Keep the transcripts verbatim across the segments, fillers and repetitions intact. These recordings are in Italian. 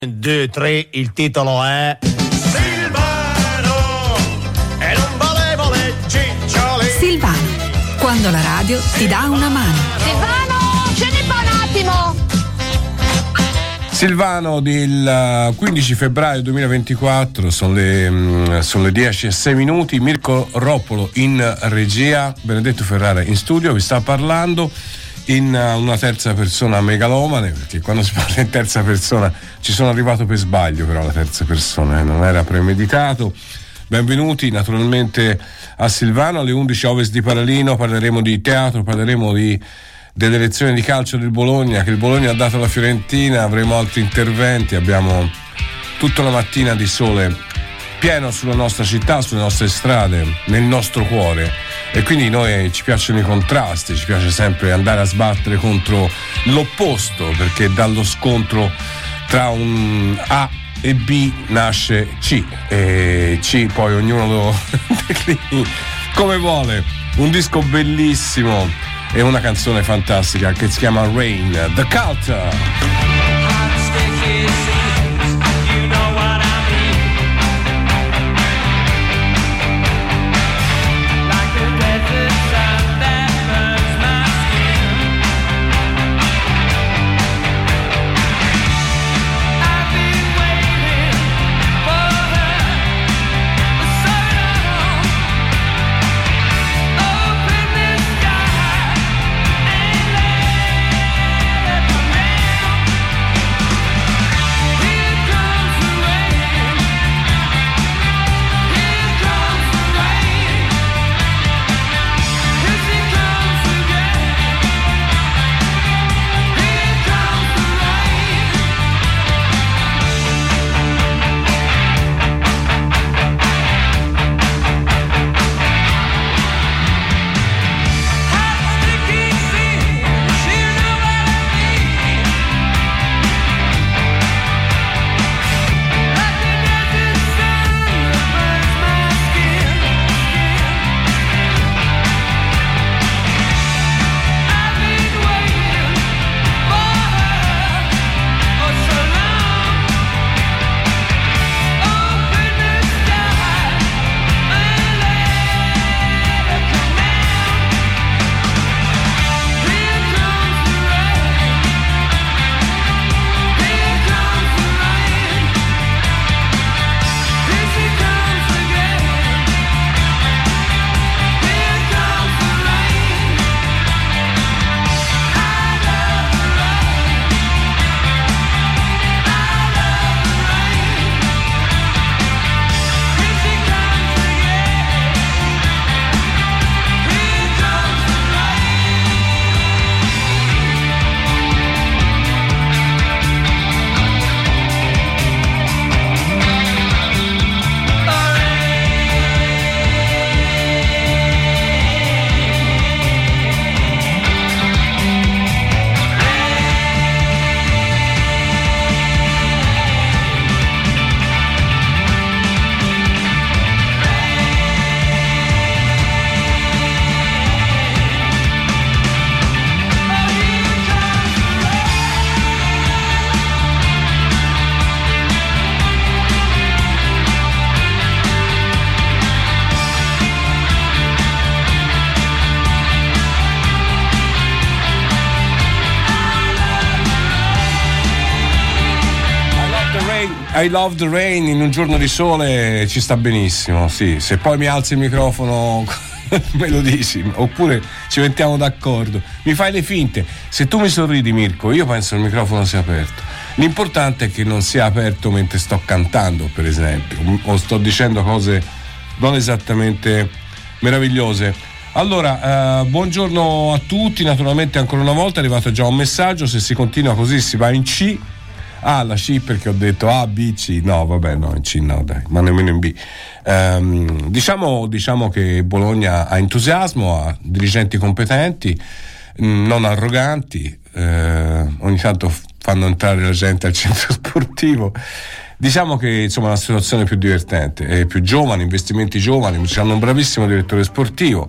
due, tre, il titolo è Silvano e non volevo le cicciole. Silvano, quando la radio ti dà una mano. Silvano, scendi qua un attimo. Silvano del quindici febbraio duemilaventiquattro, sono le, sono le dieci e sei minuti. Mirko Roppolo in regia, Benedetto Ferrara in studio, vi sta parlando in una terza persona megalomane, perché quando si parla in terza persona ci sono arrivato per sbaglio, però la terza persona eh, non era premeditato. Benvenuti naturalmente a Silvano. Alle undici Ovest di Paralino parleremo di teatro, parleremo di delle lezioni di calcio del Bologna, che il Bologna ha dato alla Fiorentina, avremo altri interventi, abbiamo tutta la mattina di sole pieno sulla nostra città, sulle nostre strade, nel nostro cuore, e quindi noi ci piacciono i contrasti, ci piace sempre andare a sbattere contro l'opposto, perché dallo scontro tra un A e B nasce C, e C poi ognuno lo declini come vuole. Un disco bellissimo e una canzone fantastica che si chiama Rain, The Cult. I Love the Rain in un giorno di sole ci sta benissimo, sì. Se poi mi alzi il microfono me lo dici, oppure ci mettiamo d'accordo, mi fai le finte. Se tu mi sorridi, Mirko, io penso che il microfono sia aperto. L'importante è che non sia aperto mentre sto cantando, per esempio, o sto dicendo cose non esattamente meravigliose. Allora, eh, buongiorno a tutti. Naturalmente ancora una volta è arrivato già un messaggio: se si continua così si va in C. Ah, la C, perché ho detto A, B, C. No, vabbè, no, in C no, dai, ma nemmeno in B. Ehm, diciamo, diciamo che Bologna ha entusiasmo, ha dirigenti competenti, non arroganti, eh, ogni tanto fanno entrare la gente al centro sportivo. Diciamo che insomma la situazione è più divertente, è più giovane, investimenti giovani, hanno un bravissimo direttore sportivo.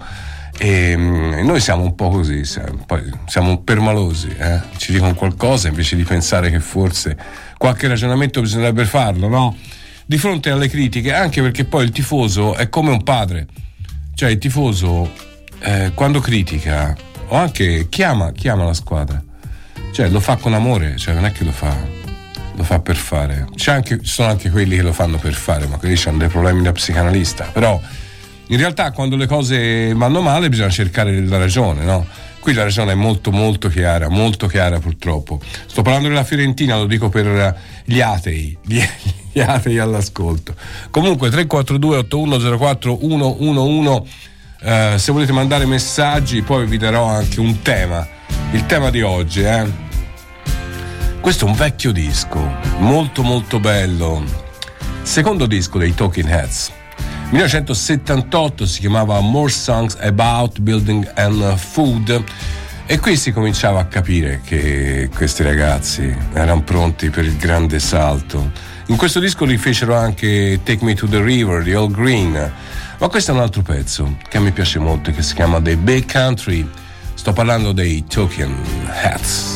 E noi siamo un po' così, siamo, poi siamo permalosi, eh? Ci dicono qualcosa invece di pensare che forse qualche ragionamento bisognerebbe farlo, no? Di fronte alle critiche, anche perché poi il tifoso è come un padre, cioè il tifoso eh, quando critica o anche chiama, chiama la squadra, cioè lo fa con amore, cioè non è che lo fa lo fa per fare. C'è anche, ci sono anche quelli che lo fanno per fare, ma quelli hanno dei problemi da psicanalista, però in realtà quando le cose vanno male bisogna cercare la ragione, no? Qui la ragione è molto molto chiara, molto chiara purtroppo. Sto parlando della Fiorentina, lo dico per gli atei, gli, gli atei all'ascolto. Comunque tre quattro due otto uno zero quattro uno uno uno, eh, se volete mandare messaggi, poi vi darò anche un tema, il tema di oggi, eh. Questo è un vecchio disco, molto molto bello, secondo disco dei Talking Heads. millenovecentosettantotto, si chiamava More Songs About Building and Food, e qui si cominciava a capire che questi ragazzi erano pronti per il grande salto. In questo disco rifecero anche Take Me to the River di Al Green, ma questo è un altro pezzo che a me piace molto, che si chiama The Big Country. Sto parlando dei Talking Heads.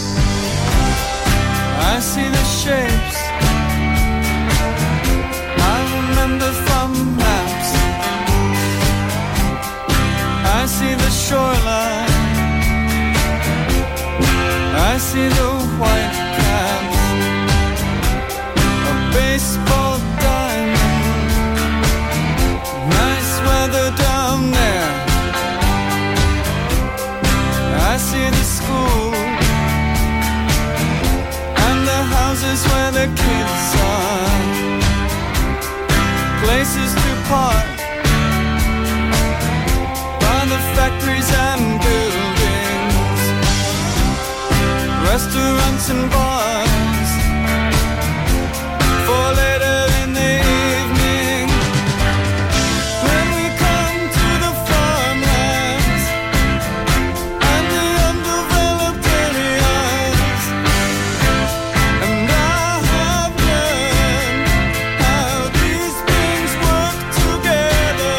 I see the shapes I remember from maps. I see the shoreline, I see the white caps, a baseball diamond, nice weather down there. I see the school and the houses where the kids are, places to park by the factories and buildings, restaurants and bars for later in the evening. When we come to the farmlands and the undeveloped areas, and I have learned how these things work together.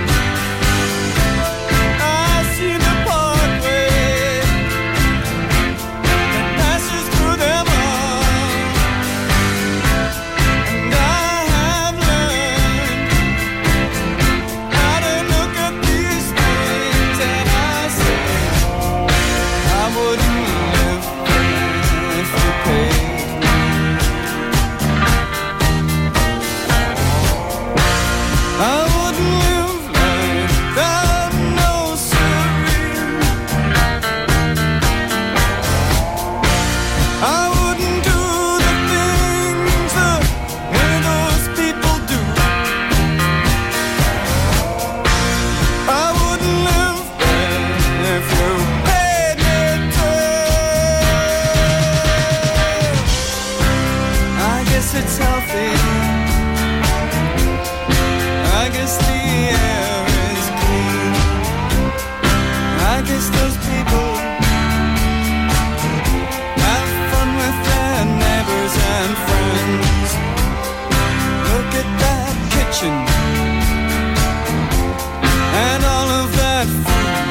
I see the parkway that passes through them all, and I have learned how to look at these things, and I say I wouldn't live if you paid me. I wouldn't live life without no serene. I wouldn't do the things the way those people do. I wouldn't live there if you paid me to. I guess it's healthy, I guess the air is clean, I guess those people have fun with their neighbors and friends. Look at that kitchen and all of that food.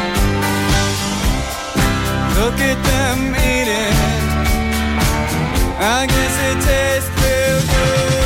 Look at them eating, I guess it tastes real good.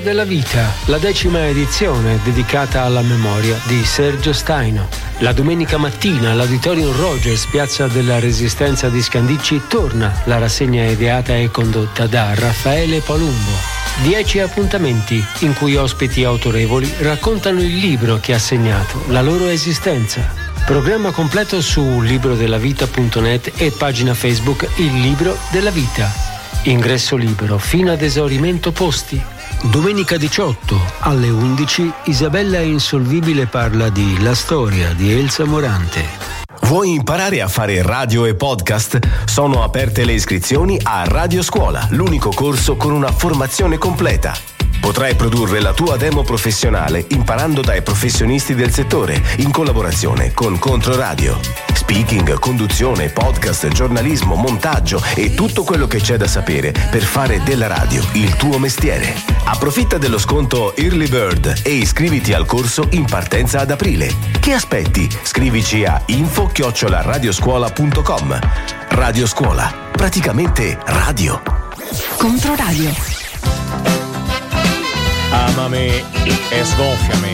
della vita, la decima edizione dedicata alla memoria di Sergio Staino. La domenica mattina all'Auditorium Rogers, Piazza della Resistenza di Scandicci, torna la rassegna ideata e condotta da Raffaele Palumbo. Dieci appuntamenti in cui ospiti autorevoli raccontano il libro che ha segnato la loro esistenza. Programma completo su librodellavita punto net e pagina Facebook Il Libro della Vita. Ingresso libero fino ad esaurimento posti. Domenica diciotto alle undici Isabella Insolvibile parla di La storia di Elsa Morante. Vuoi imparare a fare radio e podcast? Sono aperte le iscrizioni a Radio Scuola, l'unico corso con una formazione completa. Potrai produrre la tua demo professionale imparando dai professionisti del settore, in collaborazione con Controradio. Speaking, conduzione, podcast, giornalismo, montaggio e tutto quello che c'è da sapere per fare della radio il tuo mestiere. Approfitta dello sconto Early Bird e iscriviti al corso in partenza ad aprile. Che aspetti? Scrivici a info chiocciola radioscuola punto com. Radio Scuola, praticamente radio. Controradio. Amami e sgonfiami.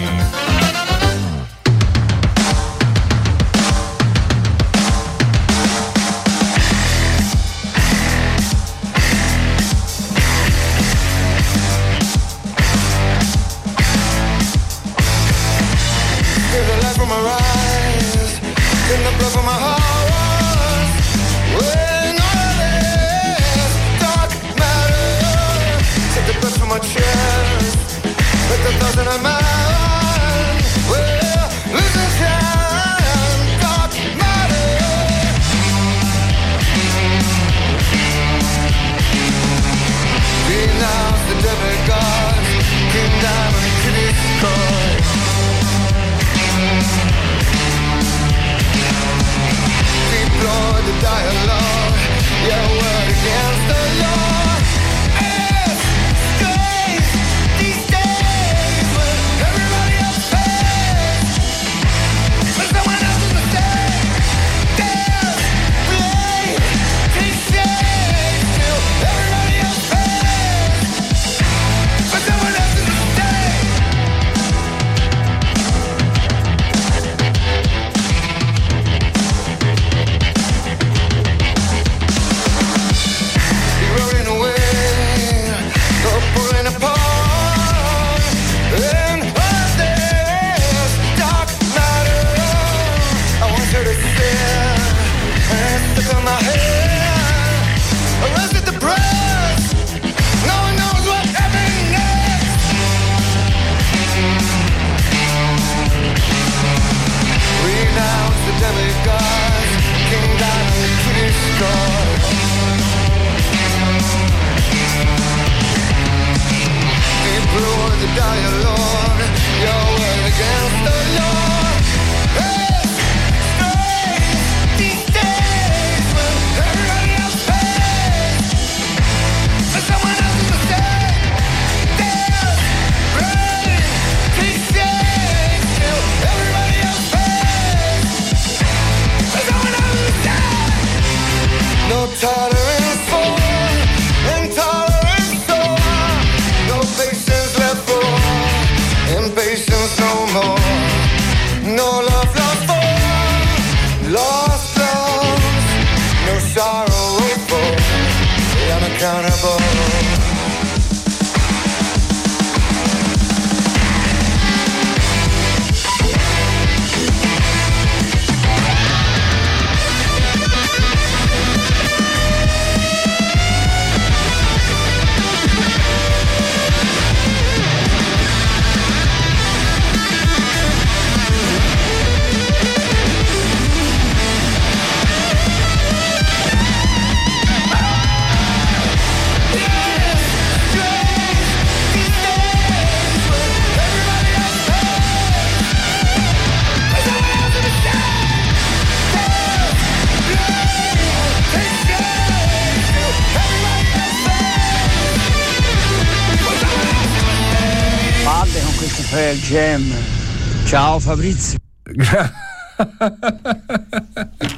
Pearl Jam. Ciao Fabrizio.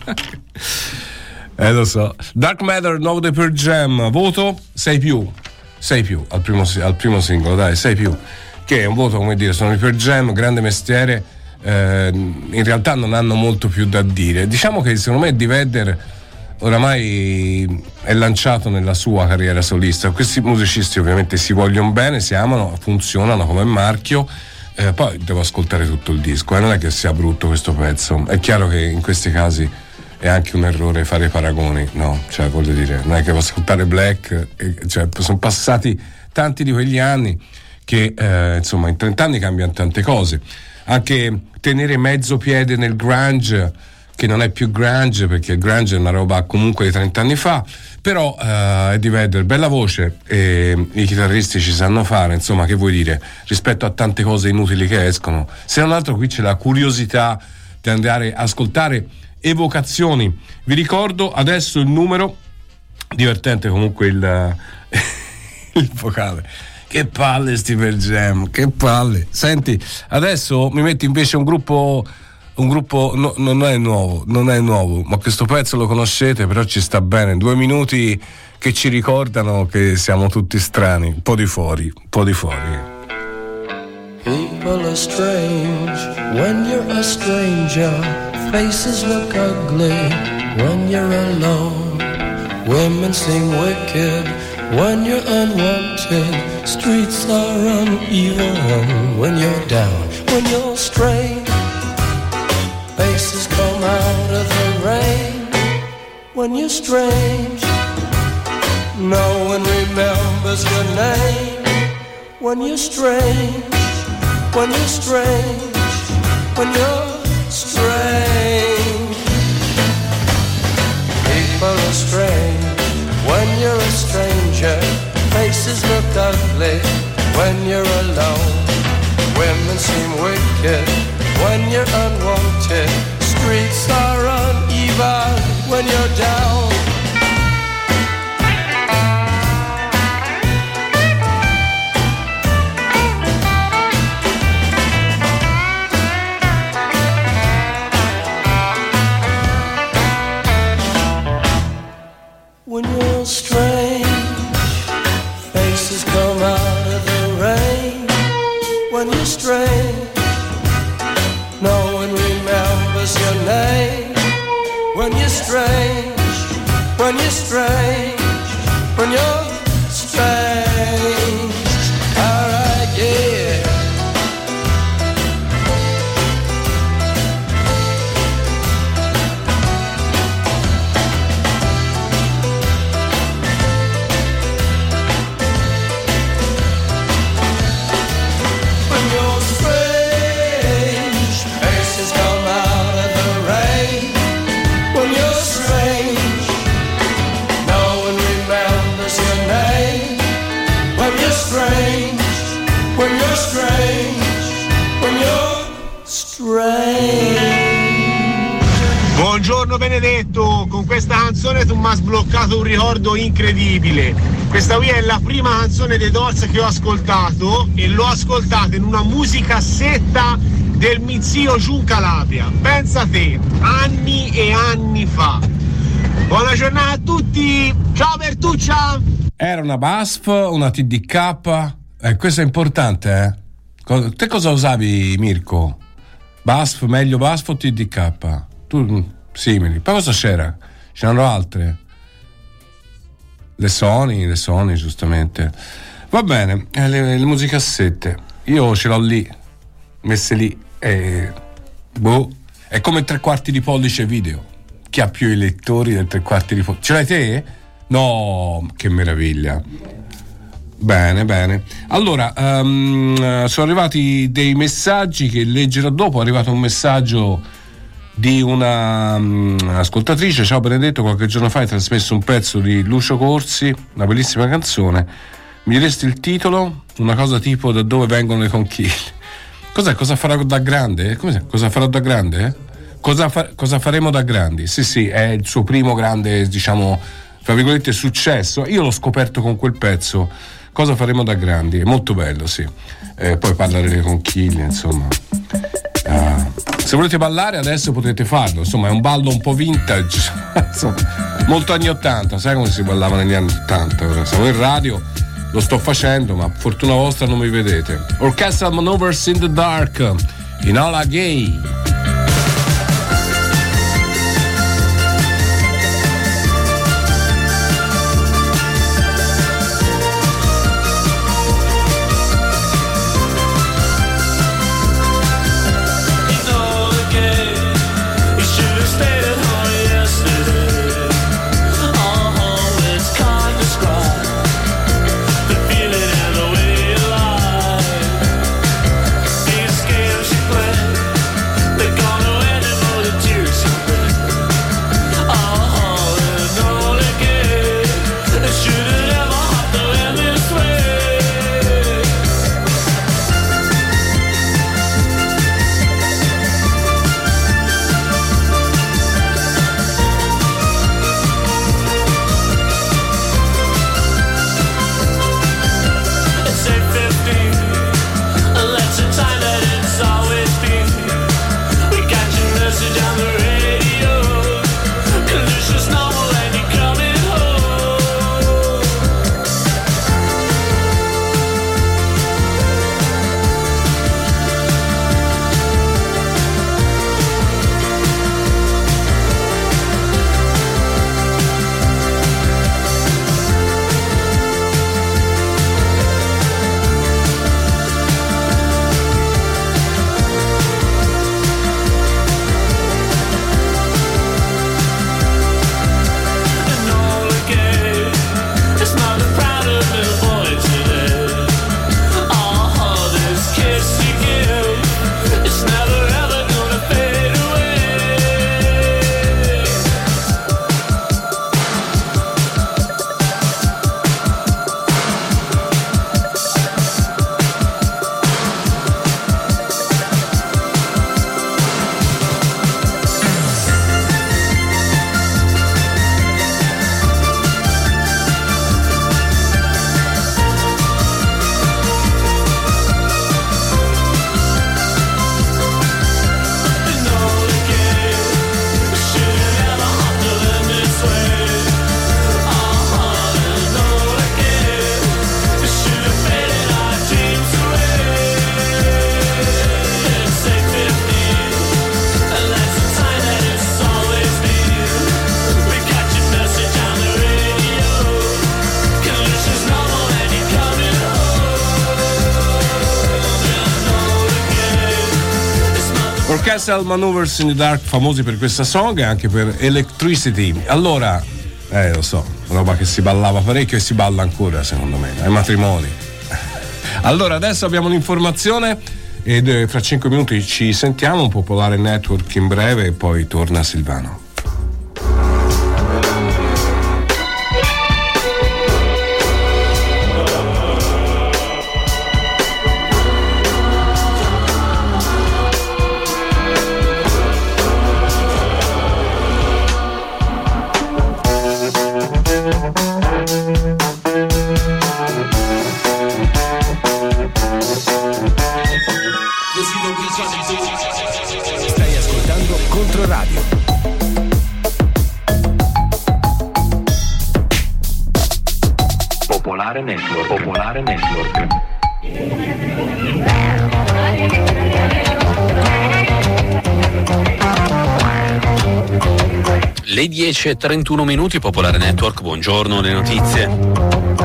Eh lo so. Dark Matter, nuovo dei Pearl Jam. Voto sei più. sei più al primo, al primo singolo, dai, sei più, che è un voto, come dire, sono i Pearl Jam, grande mestiere, eh, in realtà non hanno molto più da dire. Diciamo che secondo me Eddie Vedder oramai è lanciato nella sua carriera solista. Questi musicisti ovviamente si vogliono bene, si amano, funzionano come marchio. Eh, poi devo ascoltare tutto il disco, e eh, non è che sia brutto questo pezzo. È chiaro che in questi casi è anche un errore fare paragoni, no? Cioè, voglio dire, non è che devo ascoltare Black, e, cioè, sono passati tanti di quegli anni che eh, insomma in trent'anni cambiano tante cose. Anche tenere mezzo piede nel grunge, che non è più grunge, perché il grunge è una roba comunque di trent'anni fa, però eh, Eddie Vedder, bella voce, e i chitarristi ci sanno fare, insomma, che vuoi dire, rispetto a tante cose inutili che escono. Se non altro qui c'è la curiosità di andare a ascoltare Evocazioni. Vi ricordo adesso il numero, divertente comunque il, il vocale. Che palle sti Pearl Jam, che palle. Senti, adesso mi metti invece un gruppo... Un gruppo no, non è nuovo, non è nuovo, ma questo pezzo lo conoscete, però ci sta bene. Due minuti che ci ricordano che siamo tutti strani, un po' di fuori, un po' di fuori. People are strange when you're a stranger. Faces look ugly when you're alone. Women seem wicked when you're unwanted. Streets are uneven when you're down, when you're strange. Faces come out of the rain when you're strange. No one remembers your name when you're strange. When you're strange. When you're strange. People are strange when you're a stranger. Faces look ugly when you're alone. Women seem wicked when you're unwanted. Streets are uneven when you're down. When you're strange, faces come out of the rain. When you're strange, no one remembers your name. When you're strange, when you're strange, when you're strange. Alright, yeah. When you're strange, faces come out of the rain. When you're strange, no one remembers your name. When you're strange, when you're strange, when you're strange. Buongiorno Benedetto, con questa canzone tu mi hai sbloccato un ricordo incredibile. Questa qui è la prima canzone dei Doors che ho ascoltato e l'ho ascoltata in una musicassetta del mio zio giù in Calabria. Pensa te, anni e anni fa. Buona giornata a tutti, ciao Bertuccia! Era una B A S F, una T D K, eh, questo è importante, eh? Co- te cosa usavi, Mirko? B A S F, meglio B A S F o T D K? Tu, simili. Poi cosa c'era? Ce n'erano altre? Le Sony, le Sony, giustamente. Va bene, eh, le, le musicassette. Io ce l'ho lì, messe lì, e boh, è come tre quarti di pollice video. Chi ha più i lettori del tre quarti di pollice? Ce l'hai te? No, che meraviglia. Bene, bene. Allora, um, sono arrivati dei messaggi che leggerò dopo. È arrivato un messaggio di una um, ascoltatrice. Ciao Benedetto, qualche giorno fa hai trasmesso un pezzo di Lucio Corsi, una bellissima canzone. Mi diresti il titolo? Una cosa tipo Da dove vengono le conchiglie. Cos'è? Cosa farò da grande? Come cosa farò da grande? Cosa, fa- cosa faremo da grandi? Sì, sì, è il suo primo grande, diciamo, tra virgolette, successo. Io l'ho scoperto con quel pezzo. Cosa faremo da grandi? È molto bello, sì. Eh, poi parla delle conchiglie, insomma. Uh, se volete ballare adesso potete farlo, insomma è un ballo un po' vintage, insomma, molto anni ottanta, sai come si ballava negli anni ottanta? Ora siamo in radio lo sto facendo, ma fortuna vostra non mi vedete. Orchestral Maneuvers in the Dark, Enola Gay. Orchestral Maneuvers in the Dark, famosi per questa song e anche per Electricity. Allora, eh lo so, roba che si ballava parecchio e si balla ancora secondo me, ai matrimoni. Allora, adesso abbiamo un'informazione ed fra cinque minuti ci sentiamo, un Popolare Network in breve e poi torna Silvano. Stai ascoltando Controradio. Popolare Network. Popolare Network. Le dieci e trentuno minuti, Popolare Network, buongiorno, le notizie.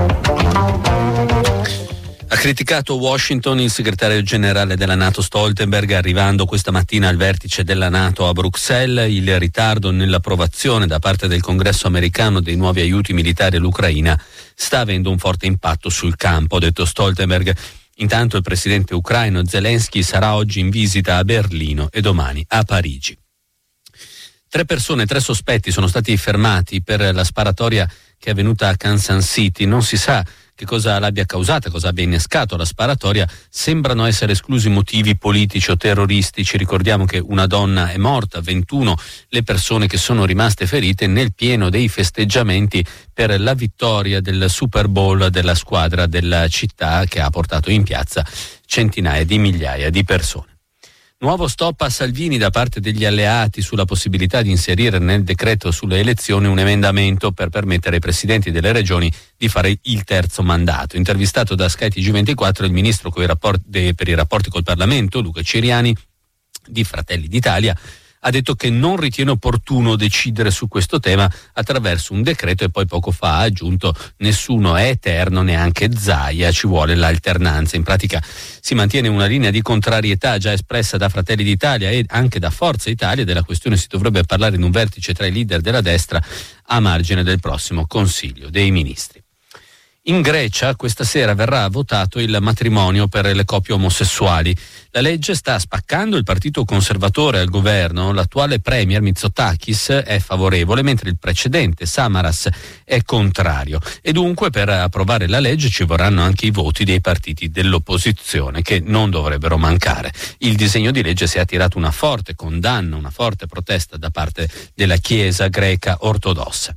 Ha criticato Washington il segretario generale della NATO Stoltenberg, arrivando questa mattina al vertice della NATO a Bruxelles. Il ritardo nell'approvazione da parte del Congresso americano dei nuovi aiuti militari all'Ucraina sta avendo un forte impatto sul campo, ha detto Stoltenberg. Intanto il presidente ucraino Zelensky sarà oggi in visita a Berlino e domani a Parigi. Tre persone, tre sospetti sono stati fermati per la sparatoria che è avvenuta a Kansas City. Non si sa che cosa l'abbia causata, cosa abbia innescato la sparatoria. Sembrano essere esclusi motivi politici o terroristici. Ricordiamo che una donna è morta, ventuno le persone che sono rimaste ferite nel pieno dei festeggiamenti per la vittoria del Super Bowl della squadra della città, che ha portato in piazza centinaia di migliaia di persone. Nuovo stop a Salvini da parte degli alleati sulla possibilità di inserire nel decreto sulle elezioni un emendamento per permettere ai presidenti delle regioni di fare il terzo mandato. Intervistato da Sky T G ventiquattro il ministro coi rapporti, per i rapporti col Parlamento, Luca Ciriani, di Fratelli d'Italia, ha detto che non ritiene opportuno decidere su questo tema attraverso un decreto e poi poco fa ha aggiunto: nessuno è eterno, neanche Zaia, ci vuole l'alternanza. In pratica si mantiene una linea di contrarietà già espressa da Fratelli d'Italia e anche da Forza Italia. Della questione si dovrebbe parlare in un vertice tra i leader della destra a margine del prossimo Consiglio dei Ministri. In Grecia questa sera verrà votato il matrimonio per le coppie omosessuali. La legge sta spaccando il partito conservatore al governo. L'attuale premier Mitsotakis è favorevole, mentre il precedente Samaras è contrario. E dunque per approvare la legge ci vorranno anche i voti dei partiti dell'opposizione, che non dovrebbero mancare. Il disegno di legge si è attirato una forte condanna, una forte protesta da parte della Chiesa greca ortodossa.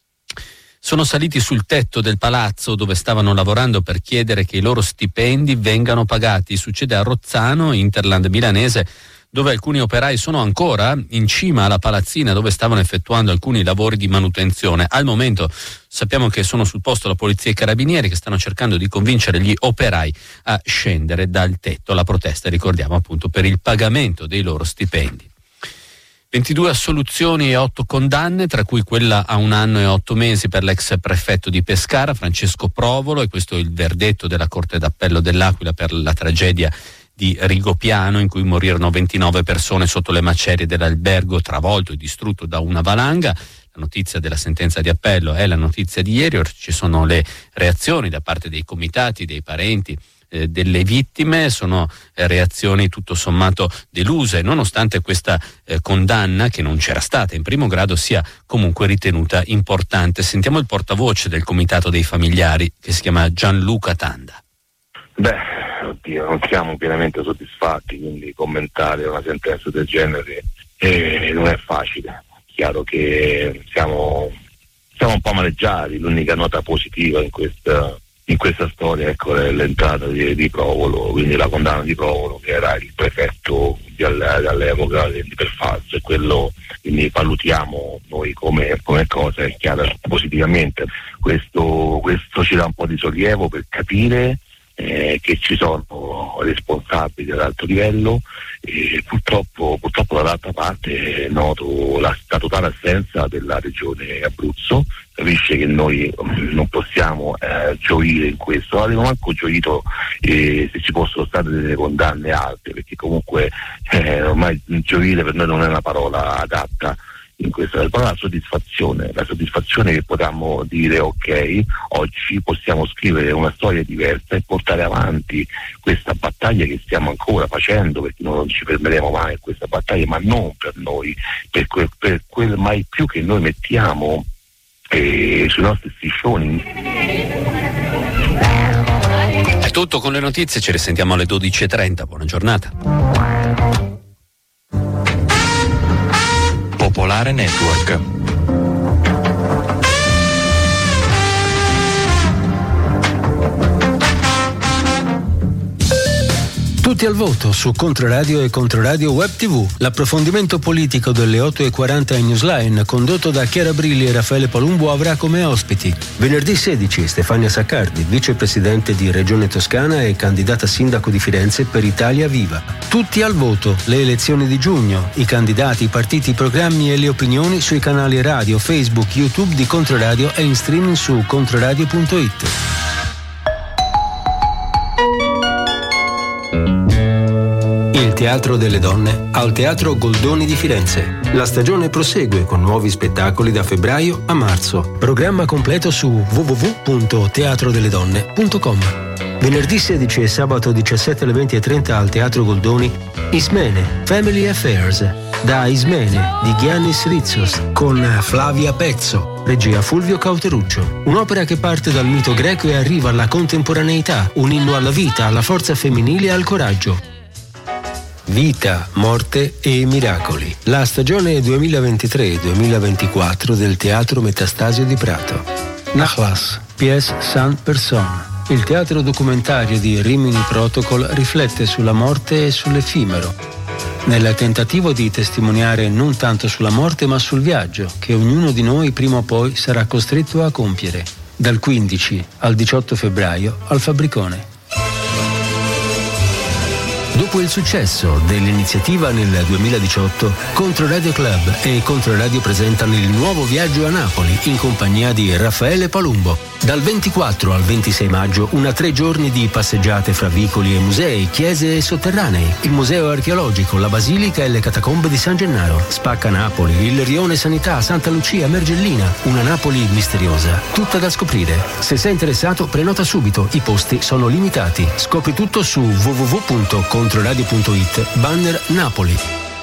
Sono saliti sul tetto del palazzo dove stavano lavorando per chiedere che i loro stipendi vengano pagati. Succede a Rozzano, Interland milanese, dove alcuni operai sono ancora in cima alla palazzina dove stavano effettuando alcuni lavori di manutenzione. Al momento sappiamo che sono sul posto la polizia e i carabinieri che stanno cercando di convincere gli operai a scendere dal tetto. La protesta, ricordiamo, appunto per il pagamento dei loro stipendi. ventidue assoluzioni e otto condanne, tra cui quella a un anno e otto mesi per l'ex prefetto di Pescara, Francesco Provolo, e questo è il verdetto della Corte d'Appello dell'Aquila per la tragedia di Rigopiano, in cui morirono ventinove persone sotto le macerie dell'albergo travolto e distrutto da una valanga. La notizia della sentenza di appello è la notizia di ieri. Ora ci sono le reazioni da parte dei comitati, dei parenti eh, delle vittime. Sono eh, reazioni tutto sommato deluse, nonostante questa eh, condanna, che non c'era stata in primo grado, sia comunque ritenuta importante. Sentiamo il portavoce del comitato dei familiari, che si chiama Gianluca Tanda. Beh, oddio, non siamo pienamente soddisfatti, quindi commentare una sentenza del genere eh, non è facile. Chiaro che siamo, siamo un po' maneggiati. L'unica nota positiva in questa, in questa storia, ecco, è l'entrata di, di Provolo, quindi la condanna di Provolo, che era il prefetto di all'epoca di per falso, e quello quindi valutiamo noi come, come cosa, è chiaro, positivamente. Questo, questo ci dà un po' di sollievo per capire Eh, che ci sono responsabili ad alto livello, e purtroppo, purtroppo dall'altra parte noto la, la totale assenza della regione Abruzzo. Capisce che noi um, non possiamo eh, gioire in questo, non abbiamo manco gioito eh, se ci fossero state delle condanne alte, perché comunque eh, ormai gioire per noi non è una parola adatta in questa, però la soddisfazione, la soddisfazione che potremmo dire ok, oggi possiamo scrivere una storia diversa e portare avanti questa battaglia che stiamo ancora facendo, perché non ci fermeremo mai in questa battaglia, ma non per noi, per quel, per quel mai più che noi mettiamo eh, sui nostri striscioni. È tutto con le notizie, ci risentiamo alle dodici e trenta, buona giornata. Popolare Network. Tutti al voto su Controradio e Controradio Web tivù. L'approfondimento politico delle otto e quaranta in Newsline, condotto da Chiara Brilli e Raffaele Palumbo, avrà come ospiti venerdì sedici Stefania Saccardi, vicepresidente di Regione Toscana e candidata sindaco di Firenze per Italia Viva. Tutti al voto, le elezioni di giugno, i candidati, i partiti, i programmi e le opinioni sui canali radio, Facebook, YouTube di Controradio e in streaming su controradio punto it. Il Teatro delle Donne al Teatro Goldoni di Firenze. La stagione prosegue con nuovi spettacoli da febbraio a marzo. Programma completo su w w w punto teatro delle donne punto com. Venerdì sedici e sabato diciassette alle venti e trenta al Teatro Goldoni, Ismene, Family Affairs, da Ismene di Giannis Ritsos, con Flavia Pezzo, regia Fulvio Cauteruccio. Un'opera che parte dal mito greco e arriva alla contemporaneità, un inno alla vita, alla forza femminile e al coraggio. Vita, morte e miracoli. La stagione duemilaventitré duemilaventiquattro del Teatro Metastasio di Prato. Nachlass, pièce sans personne. Il teatro documentario di Rimini Protocol riflette sulla morte e sull'effimero. nel tentativo di testimoniare non tanto sulla morte ma sul viaggio che ognuno di noi prima o poi sarà costretto a compiere, dal quindici al diciotto febbraio al Fabbricone. Dopo il successo dell'iniziativa nel duemiladiciotto, Controradio Club e Controradio presentano il nuovo viaggio a Napoli in compagnia di Raffaele Palumbo. Dal ventiquattro al ventisei maggio, una tre giorni di passeggiate fra vicoli e musei, chiese e sotterranei, il museo archeologico, la basilica e le catacombe di San Gennaro, Spacca Napoli, il Rione Sanità, Santa Lucia, Mergellina, una Napoli misteriosa, tutta da scoprire. Se sei interessato, prenota subito, i posti sono limitati. Scopri tutto su w w w punto controradio punto it, banner Napoli.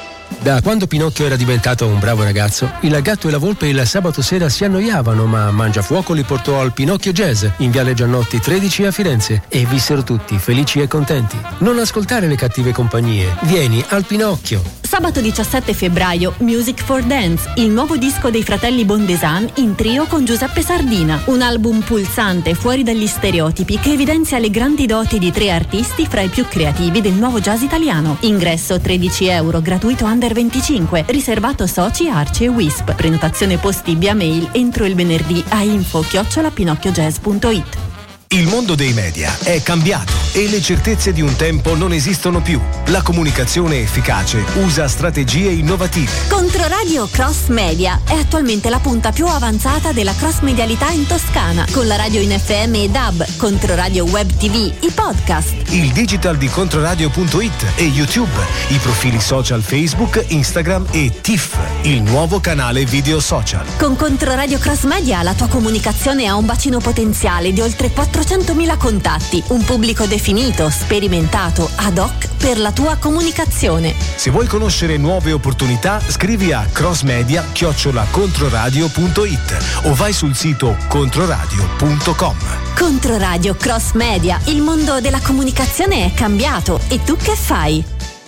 Da quando Pinocchio era diventato un bravo ragazzo, il gatto e la volpe il sabato sera si annoiavano, ma Mangiafuoco li portò al Pinocchio Jazz in Viale Giannotti tredici a Firenze e vissero tutti felici e contenti. Non ascoltare le cattive compagnie, vieni al Pinocchio. Sabato diciassette febbraio, Music for Dance, il nuovo disco dei fratelli Bondesan in trio con Giuseppe Sardina. Un album pulsante, fuori dagli stereotipi, che evidenzia le grandi doti di tre artisti fra i più creativi del nuovo jazz italiano. Ingresso tredici euro, gratuito under venticinque, riservato soci, Arci e Wisp. Prenotazione posti via mail entro il venerdì a info chiocciola pinocchiojazz punto it. Il mondo dei media è cambiato e le certezze di un tempo non esistono più. La comunicazione efficace usa strategie innovative. Controradio Cross Media è attualmente la punta più avanzata della cross medialità in Toscana, con la radio in F M e D A B, Controradio Web T V, i podcast, il digital di controradio punto it e YouTube, i profili social Facebook, Instagram e T I F, il nuovo canale video social. Con Controradio Cross Media la tua comunicazione ha un bacino potenziale di oltre quattrocentomila contatti, un pubblico definito, sperimentato, ad hoc per la tua comunicazione. Se vuoi conoscere nuove opportunità, scrivi a crossmedia chiocciola controradio punto it o vai sul sito controradio punto com. Controradio Cross Media, il mondo della comunicazione è cambiato e tu che fai?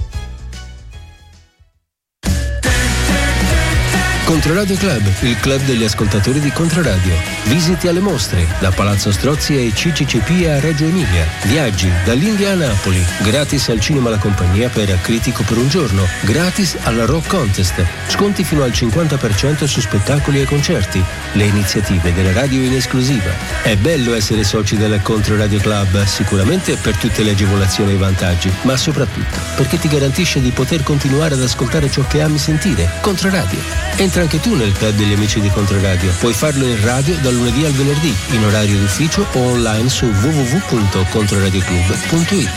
Controradio Club, il club degli ascoltatori di Controradio. Visiti alle mostre, da Palazzo Strozzi ai C C C P a Reggio Emilia. Viaggi dall'India a Napoli. Gratis al cinema La Compagnia per Critico per un giorno. Gratis alla Rock Contest. Sconti fino al cinquanta per cento su spettacoli e concerti. Le iniziative della radio in esclusiva. È bello essere soci del Controradio Club, sicuramente per tutte le agevolazioni e i vantaggi, ma soprattutto perché ti garantisce di poter continuare ad ascoltare ciò che ami sentire. Controradio. Entra anche tu nel club degli amici di Controradio. Puoi farlo in radio dal lunedì al venerdì, in orario d'ufficio o online su w w w punto controradioclub punto it.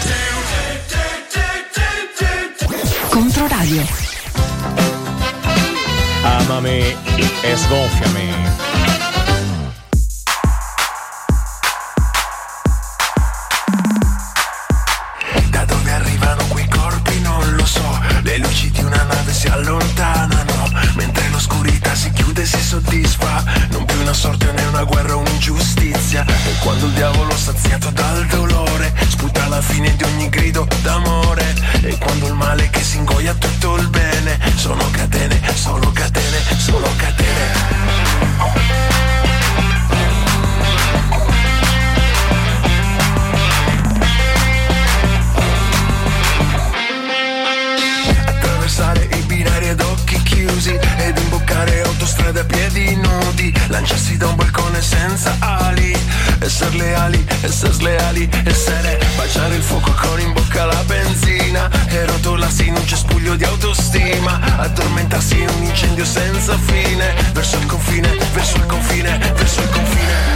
Controradio. Amami e sgonfiami. Da dove arrivano quei corpi non lo so. Le luci di una nave si allontanano, mentre l'oscurità si chiude e si soddisfa. Non più una sorte né una guerra o un'ingiustizia. E quando il diavolo saziato dal dolore sputa la fine di ogni grido d'amore. E quando il male che si ingoia tutto il bene. Sono catene, solo catene, solo catene. I binari ad occhi chiusi ed imboccare autostrade a piedi nudi, lanciarsi da un balcone senza ali, essere leali, essere sleali, essere baciare il fuoco con in bocca la benzina e rotolarsi in un cespuglio di autostima, addormentarsi in un incendio senza fine, verso il confine, verso il confine, verso il confine.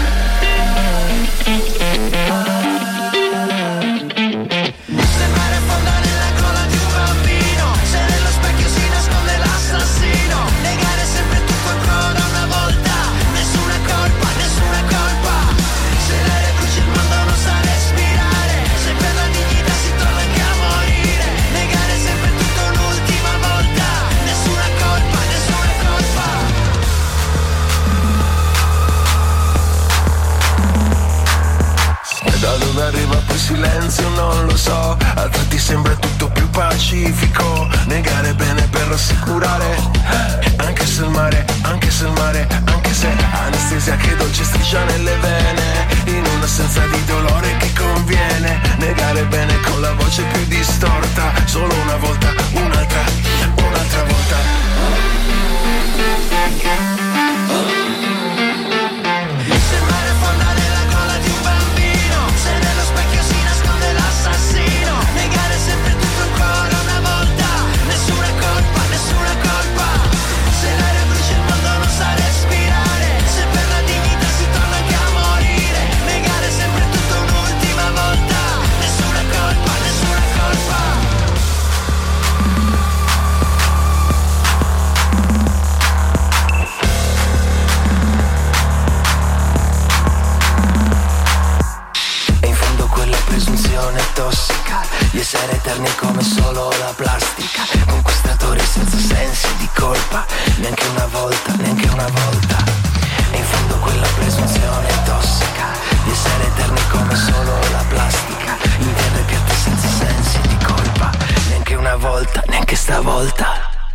Negare sempre tutto ancora una volta. Nessuna colpa, nessuna colpa. Se l'aria brucia il mondo non sa respirare. Se per la dignità si trova anche a morire. Negare sempre tutto un'ultima volta. Nessuna colpa, nessuna colpa. E da dove arriva poi silenzio non lo so. A tratti sembra tutto più pacifico. Negare bene per rassicurare. Anche se il mare, anche se il mare, anche se anestesia che dolce striscia nelle vene. In un'assenza di dolore che conviene. Negare bene con la voce più distorta. Solo una volta, un'altra questa volta.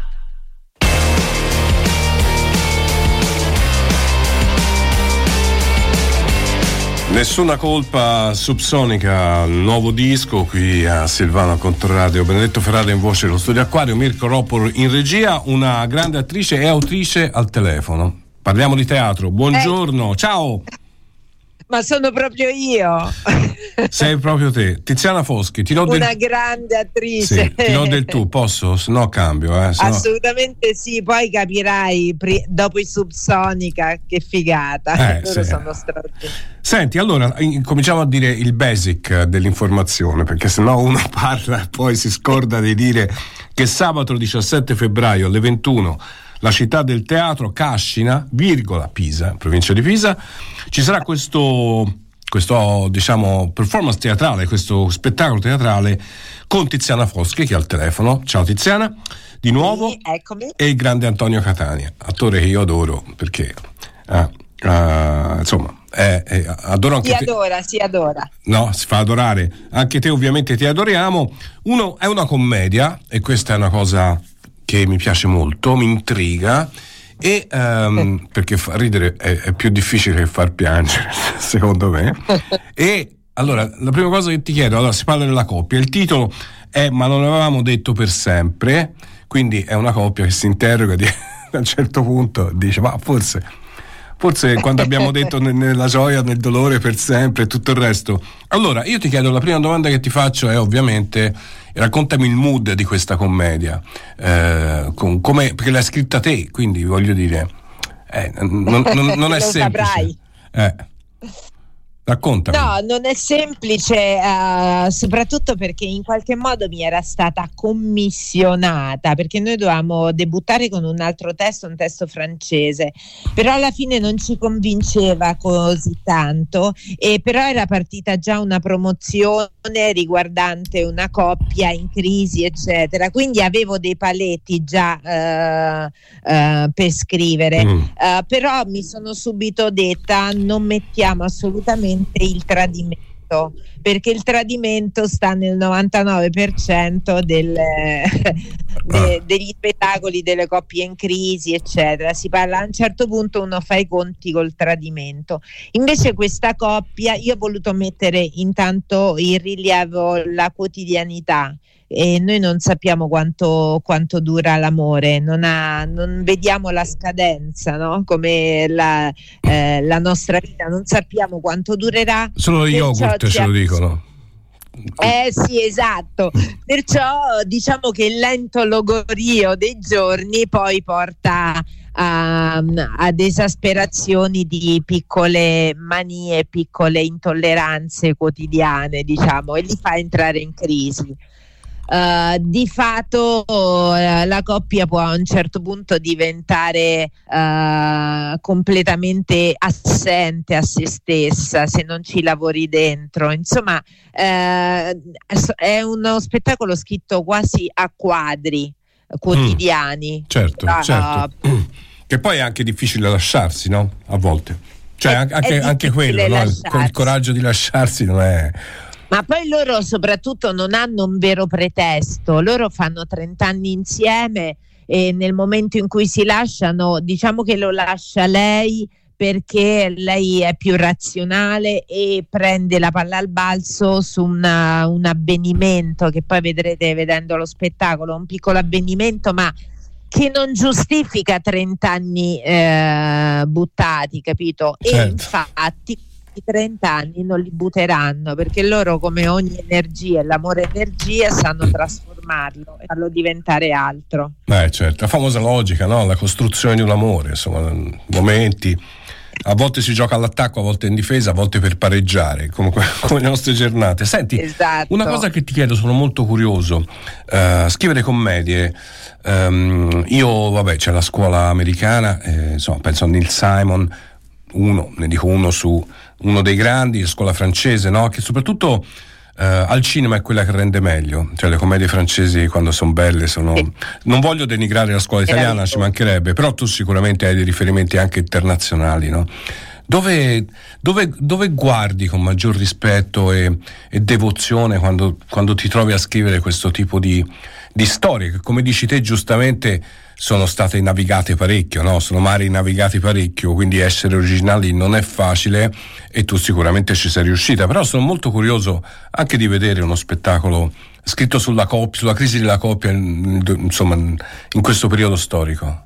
Nessuna colpa, Subsonica, nuovo disco qui a Silvano a Controradio. Benedetto Ferrara in voce dello studio Acquario, Mirko Roppolo in regia, una grande attrice e autrice al telefono. Parliamo di teatro. Buongiorno, eh. Ciao. Ma sono proprio io. Sei proprio te, Tiziana Foschi. Ti do una del... grande attrice. Sì, ti do del tu, posso? Se no cambio. Eh, se Assolutamente no... sì, poi capirai pri- dopo i Subsonica che figata. Eh, Loro sì. sono straordinari. Senti, allora cominciamo a dire il basic dell'informazione, perché sennò uno parla e poi si scorda di dire che sabato diciassette febbraio alle ventuno la città del teatro, Cascina, virgola, Pisa, provincia di Pisa, ci sarà questo, questo diciamo performance teatrale, questo spettacolo teatrale con Tiziana Foschi che è al telefono. Ciao Tiziana, di nuovo. Sì, eccomi. E il grande Antonio Catania, attore che io adoro perché eh, eh, insomma eh, eh, adoro anche si te. adora, si adora. No, si fa adorare. Anche te ovviamente ti adoriamo. Uno è una commedia e questa è una cosa che mi piace molto, mi intriga e um, perché far ridere è, è più difficile che far piangere, secondo me. E allora la prima cosa che ti chiedo, allora si parla della coppia, il titolo è Ma non avevamo detto per sempre, quindi è una coppia che si interroga di, a un certo punto dice ma forse forse quando abbiamo detto ne, nella gioia, nel dolore per sempre e tutto il resto. Allora io ti chiedo, la prima domanda che ti faccio è ovviamente raccontami il mood di questa commedia, eh, con, come, perché l'hai scritta te, quindi voglio dire eh, non, non, non è Lo semplice eh. Raccontami. No, non è semplice, uh, soprattutto perché in qualche modo mi era stata commissionata, perché noi dovevamo debuttare con un altro testo, un testo francese, però alla fine non ci convinceva così tanto, e però era partita già una promozione riguardante una coppia in crisi, eccetera, quindi avevo dei paletti già uh, uh, per scrivere, mm. uh, però mi sono subito detta non mettiamo assolutamente il tradimento, perché il tradimento sta nel novantanove per cento del, de, degli spettacoli delle coppie in crisi, eccetera. Si parla, a un certo punto uno fa i conti col tradimento. Invece questa coppia, io ho voluto mettere intanto in rilievo la quotidianità, e noi non sappiamo quanto, quanto dura l'amore, non, ha, non vediamo la scadenza, no? Come la, eh, la nostra vita, non sappiamo quanto durerà. Solo gli yogurt ce lo dicono. Eh sì, esatto, perciò diciamo che il lento logorio dei giorni poi porta a, ad esasperazioni di piccole manie, piccole intolleranze quotidiane, diciamo, e li fa entrare in crisi. Uh, di fatto uh, la coppia può a un certo punto diventare uh, completamente assente a se stessa se non ci lavori dentro. Insomma, uh, è uno spettacolo scritto quasi a quadri quotidiani. Mm, certo, uh, certo. Che poi è anche difficile lasciarsi, no? A volte. Cioè è, anche, è anche quello, no? Il, il coraggio di lasciarsi non è... Ma poi loro soprattutto non hanno un vero pretesto, loro fanno trenta anni insieme e nel momento in cui si lasciano, diciamo che lo lascia lei perché lei è più razionale e prende la palla al balzo su una, un avvenimento che poi vedrete vedendo lo spettacolo, un piccolo avvenimento ma che non giustifica trenta anni eh, buttati, capito? Certo. E infatti trenta anni non li butteranno perché loro, come ogni energia, l'amore energia, sanno trasformarlo e farlo diventare altro. Eh certo, la famosa logica, no? La costruzione di un amore, insomma, momenti, a volte si gioca all'attacco, a volte in difesa, a volte per pareggiare, come, come le nostre giornate. Senti, esatto. Una cosa che ti chiedo, sono molto curioso, uh, scrivere commedie, um, io vabbè c'è la scuola americana, eh, insomma penso a Neil Simon, uno, ne dico uno su uno dei grandi, la scuola francese, no? Che soprattutto eh, al cinema è quella che rende meglio, cioè le commedie francesi quando sono belle sono... Sì. Non voglio denigrare la scuola italiana, ci mancherebbe, però tu sicuramente hai dei riferimenti anche internazionali, no? Dove, dove, dove guardi con maggior rispetto e, e devozione quando, quando ti trovi a scrivere questo tipo di, di storie che, come dici te giustamente, sono state navigate parecchio, no? Sono mari navigati parecchio, quindi essere originali non è facile e tu sicuramente ci sei riuscita. Però sono molto curioso anche di vedere uno spettacolo scritto sulla coppia, sulla crisi della coppia, insomma, in questo periodo storico.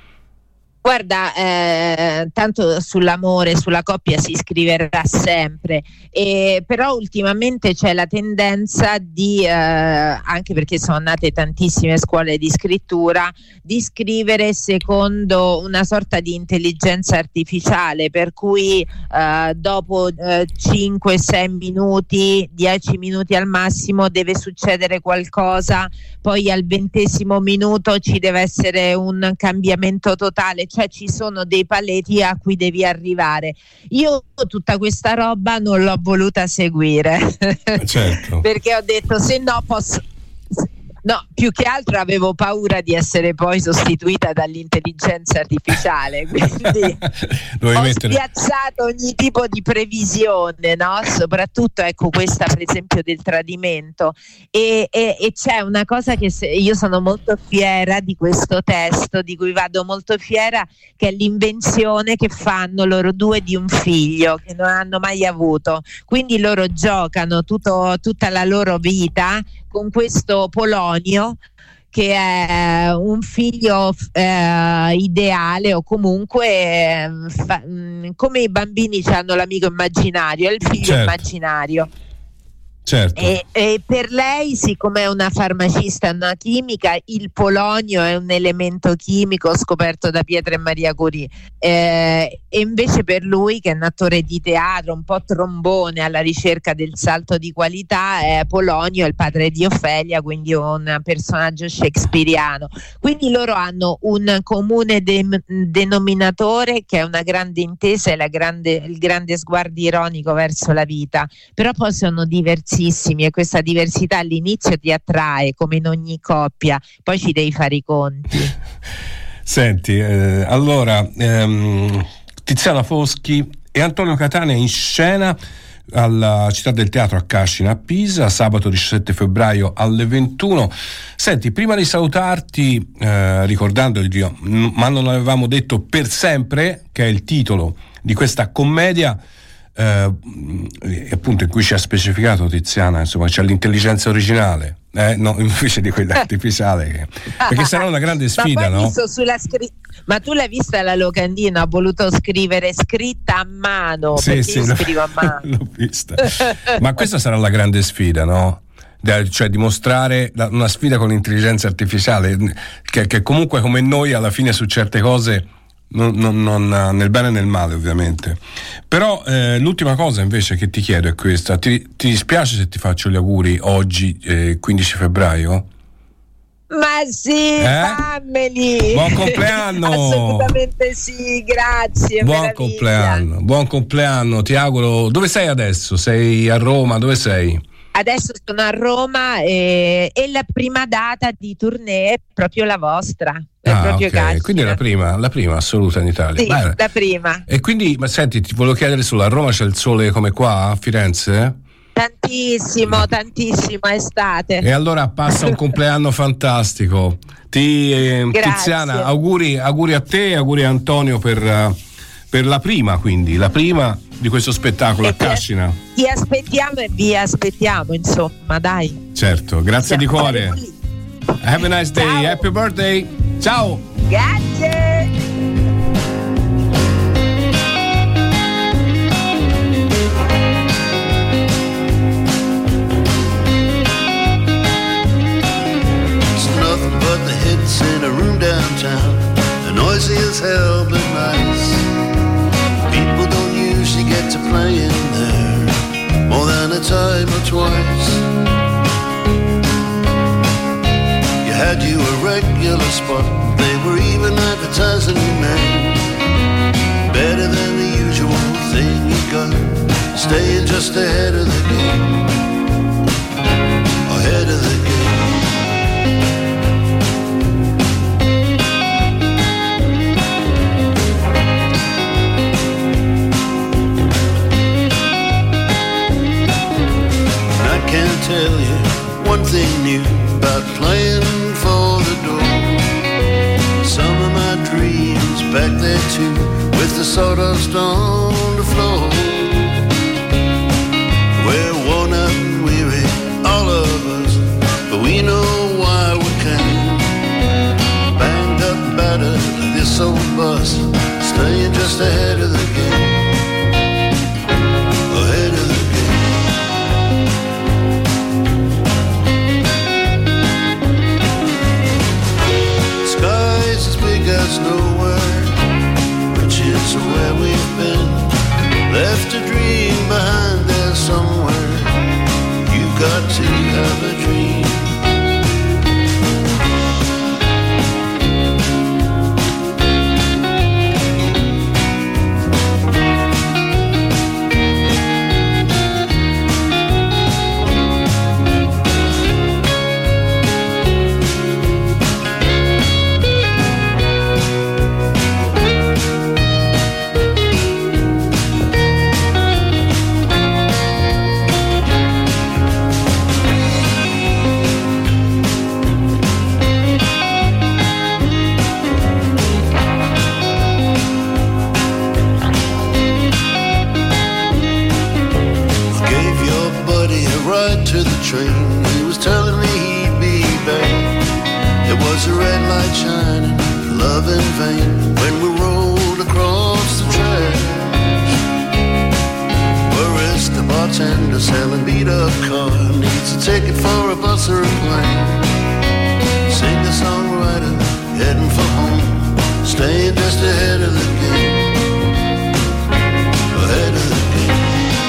Guarda, eh, tanto sull'amore, sulla coppia si scriverà sempre, e, però ultimamente c'è la tendenza di, eh, anche perché sono nate tantissime scuole di scrittura, di scrivere secondo una sorta di intelligenza artificiale, per cui eh, dopo eh, cinque sei minuti, dieci minuti al massimo deve succedere qualcosa, poi al ventesimo minuto ci deve essere un cambiamento totale, cioè ci sono dei paletti a cui devi arrivare. Io tutta questa roba non l'ho voluta seguire, certo. perché ho detto se no posso... No, più che altro avevo paura di essere poi sostituita dall'intelligenza artificiale, quindi ho mettere... spiazzato ogni tipo di previsione, no? Soprattutto ecco questa per esempio del tradimento, e, e, e c'è una cosa che se, io sono molto fiera di questo testo, di cui vado molto fiera, che è l'invenzione che fanno loro due di un figlio che non hanno mai avuto, quindi loro giocano tutto, tutta la loro vita con questo Polonio, che è un figlio eh, ideale, o comunque eh, fa, mh, come i bambini hanno l'amico immaginario, è il figlio certo. immaginario. Certo. E, e per lei, siccome è una farmacista, una chimica, il polonio è un elemento chimico scoperto da Pietro e Maria Curie, eh, e invece per lui, che è un attore di teatro un po' trombone alla ricerca del salto di qualità, eh, Polonio è il padre di Ofelia, quindi un personaggio shakespeariano. Quindi loro hanno un comune de- denominatore che è una grande intesa e la grande, il grande sguardo ironico verso la vita, però poi sono diversi e questa diversità all'inizio ti attrae come in ogni coppia, poi ci devi fare i conti. Senti, eh, allora ehm, Tiziana Foschi e Antonio Catania in scena alla Città del Teatro a Cascina a Pisa, sabato diciassette febbraio alle ventuno. Senti, prima di salutarti, eh, ricordandoti, ma non avevamo detto Per sempre, che è il titolo di questa commedia, eh, appunto, in cui ci ha specificato Tiziana, insomma, c'è l'intelligenza originale, eh, no, invece di quella artificiale, che, perché sarà una grande sfida, ma no? Visto sulla scri- ma tu l'hai vista la locandina? Ho voluto scrivere scritta a mano, sì, perché sì, io l'ho, scrivo a mano. l'ho vista. Ma questa sarà la grande sfida, no? Cioè dimostrare una sfida con l'intelligenza artificiale, che, che comunque come noi alla fine su certe cose non, non, non, nel bene e nel male ovviamente. Però eh, l'ultima cosa invece che ti chiedo è questa: ti, ti dispiace se ti faccio gli auguri oggi, eh, quindici febbraio? Ma sì, eh? fammeli! Buon compleanno! Assolutamente sì, grazie. Buon meraviglia. compleanno, buon compleanno, ti auguro. Dove sei adesso? Sei a Roma? Dove sei? Adesso sono a Roma e, e la prima data di tournée è proprio la vostra. È Ah, proprio ok. Cascina. Quindi è la prima, la prima assoluta in Italia. Sì, Beh, la prima. e quindi, ma senti, ti volevo chiedere solo, a Roma c'è il sole come qua, a Firenze? Tantissimo, tantissimo, estate. E allora passa un compleanno fantastico. Ti, eh, Grazie. Tiziana, auguri, auguri a te e auguri a Antonio per, uh, per la prima, quindi, la prima di questo spettacolo E a Cascina. Ti aspettiamo e vi aspettiamo, insomma, dai. Certo, grazie Siamo di cuore. saremo lì. Have a nice day, Ciao. happy birthday. Ciao. Grazie. It's nothing but the hits in a room downtown. The noisy as hell but nice. People don't usually get to play in there more than a time or twice. You had you a regular spot. They were even advertising your name. Better than the usual thing you got. Staying just ahead of the game. Ahead of the game. I can't tell you one thing new about playing on the floor. We're worn out and weary, all of us, but we know why we came. Banged up, battered, this old bus, staying just ahead of the game. Ahead of the God's nowhere, which is where we've been. Left a dream behind there somewhere. You've got to have a dream. To the train, he was telling me he'd be back. There was a red light shining, love in vain, when we rolled across the track. Boris, the bartender, selling beat up car, needs a ticket for a bus or a plane. Sing the songwriter, heading for home, staying just ahead of the game. Ahead of the game.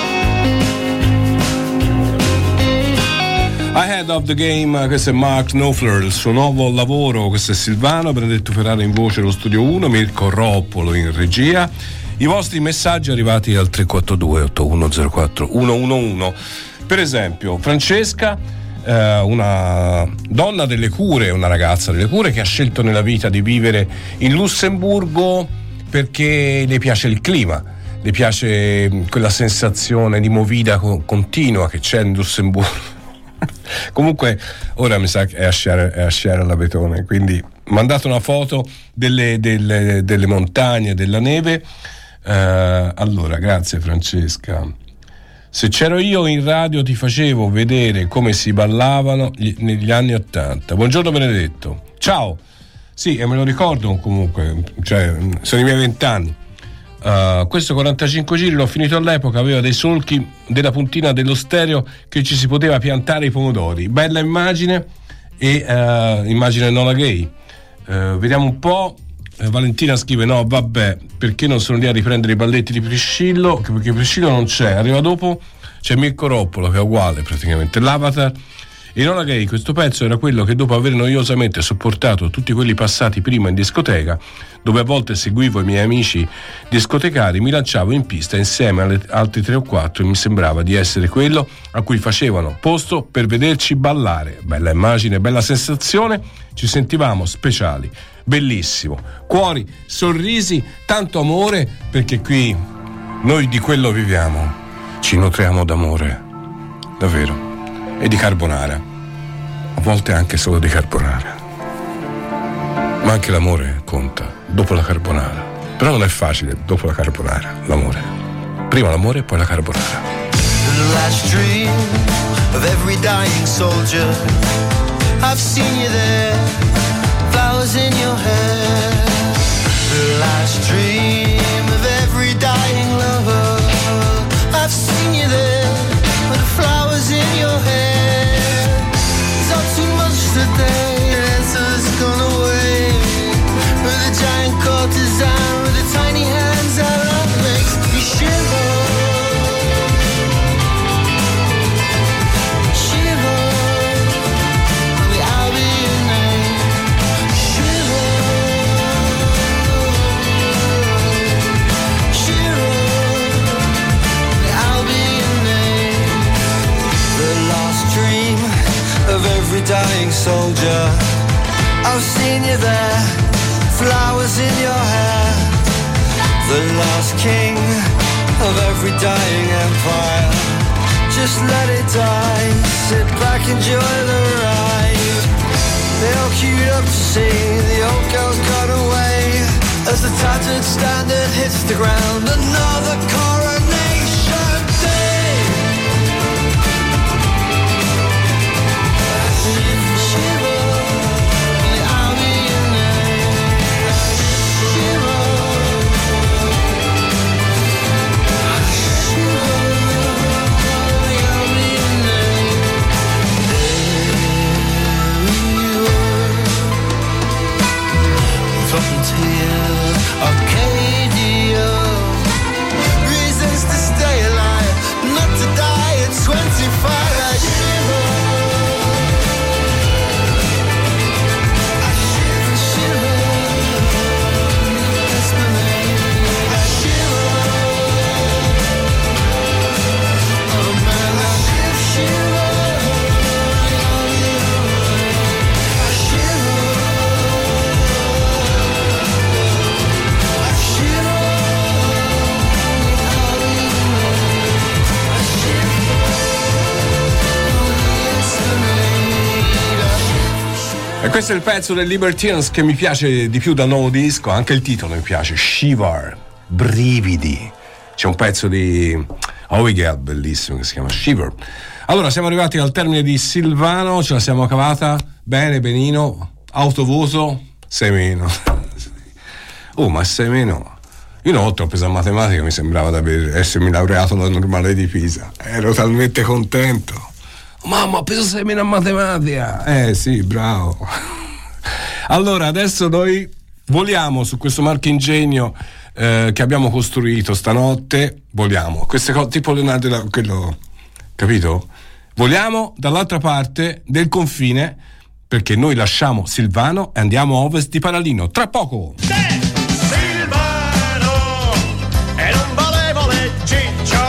Ahead of the Game, questo è Mark Knopfler, il suo nuovo lavoro. Questo è Silvano, Benedetto Ferrara in voce allo studio uno, Mirko Roppolo in regia. I vostri messaggi arrivati al tre quattro due otto uno zero quattro uno uno uno. Per esempio Francesca, eh, una donna delle cure, una ragazza delle cure che ha scelto nella vita di vivere in Lussemburgo perché le piace il clima, le piace quella sensazione di movida continua che c'è in Lussemburgo. Comunque ora mi sa che è a sciare, è a sciare alla Betone, quindi mandate una foto delle, delle, delle montagne, della neve. Uh, allora, grazie Francesca. Se c'ero io in radio ti facevo vedere come si ballavano gli, negli anni ottanta. Buongiorno Benedetto. Ciao. Sì, e me lo ricordo comunque, cioè sono i miei vent'anni. Uh, questo quarantacinque giri l'ho finito all'epoca, aveva dei solchi della puntina dello stereo che ci si poteva piantare i pomodori. Bella immagine, e uh, immagine Nola Gay. Uh, vediamo un po'. uh, Valentina scrive: no vabbè, perché non sono lì a riprendere i balletti di Priscillo, perché Priscillo non c'è, arriva dopo. C'è Mirko Roppolo che è uguale praticamente, l'avatar. E Nola Gay, questo pezzo era quello che dopo aver noiosamente sopportato tutti quelli passati prima in discoteca, dove a volte seguivo i miei amici discotecari, mi lanciavo in pista insieme alle altri tre o quattro e mi sembrava di essere quello a cui facevano posto per vederci ballare. Bella immagine, bella sensazione, ci sentivamo speciali, bellissimo, cuori, sorrisi, tanto amore, perché qui noi di quello viviamo, ci nutriamo d'amore, davvero, e di carbonara, a volte anche solo di carbonara, ma anche l'amore conta dopo la carbonara, però non è facile dopo la carbonara l'amore, prima l'amore e poi la carbonara. The last dream of every dying soldier, I've seen you there, flowers in your hair. The last dream of every dying lover, I've seen you there, with flowers in your hair. It's not too much today, answers gone away. With a giant courtesan, with the tiny hands that love makes me shiver. Shiver, the Albion name. Shiver, shiver, the Albion name. The last dream of every dying soldier, I've seen you there, flowers in your hair. The last king of every dying empire, just let it die, sit back, enjoy the ride. They all queued up to see the old girls got away, As the tattered standard hits the ground, another coronation day. Shiver, I'll be your name. Shiver, shiver, I'll be your name. There we were, frontier. Arcadia, reasons to stay alive, not to die at twenty-five. I shiver, I shiver, shiver, that's my name. I shiver, oh man, I shiver, shiver, I shiver. E questo è il pezzo del Libertines che mi piace di più dal nuovo disco, anche il titolo mi piace, Shiver, brividi. C'è un pezzo di Oigel bellissimo che si chiama Shiver. Allora, siamo arrivati al termine di Silvano, ce la siamo cavata bene, benino, autovoto, sei meno. Oh, ma sei meno. Io una volta ho preso a matematica, mi sembrava di essermi laureato alla Normale di Pisa, ero talmente contento. Mamma, ho preso sei meno a matematica. Eh sì, bravo. Allora, adesso noi voliamo su questo marchingegno eh, che abbiamo costruito stanotte. Voliamo. Queste cose, tipo Leonardo, da, quello, capito? Voliamo dall'altra parte del confine, perché noi lasciamo Silvano e andiamo a ovest di Paralino. Tra poco. Silvano, e non volevo le ciccio.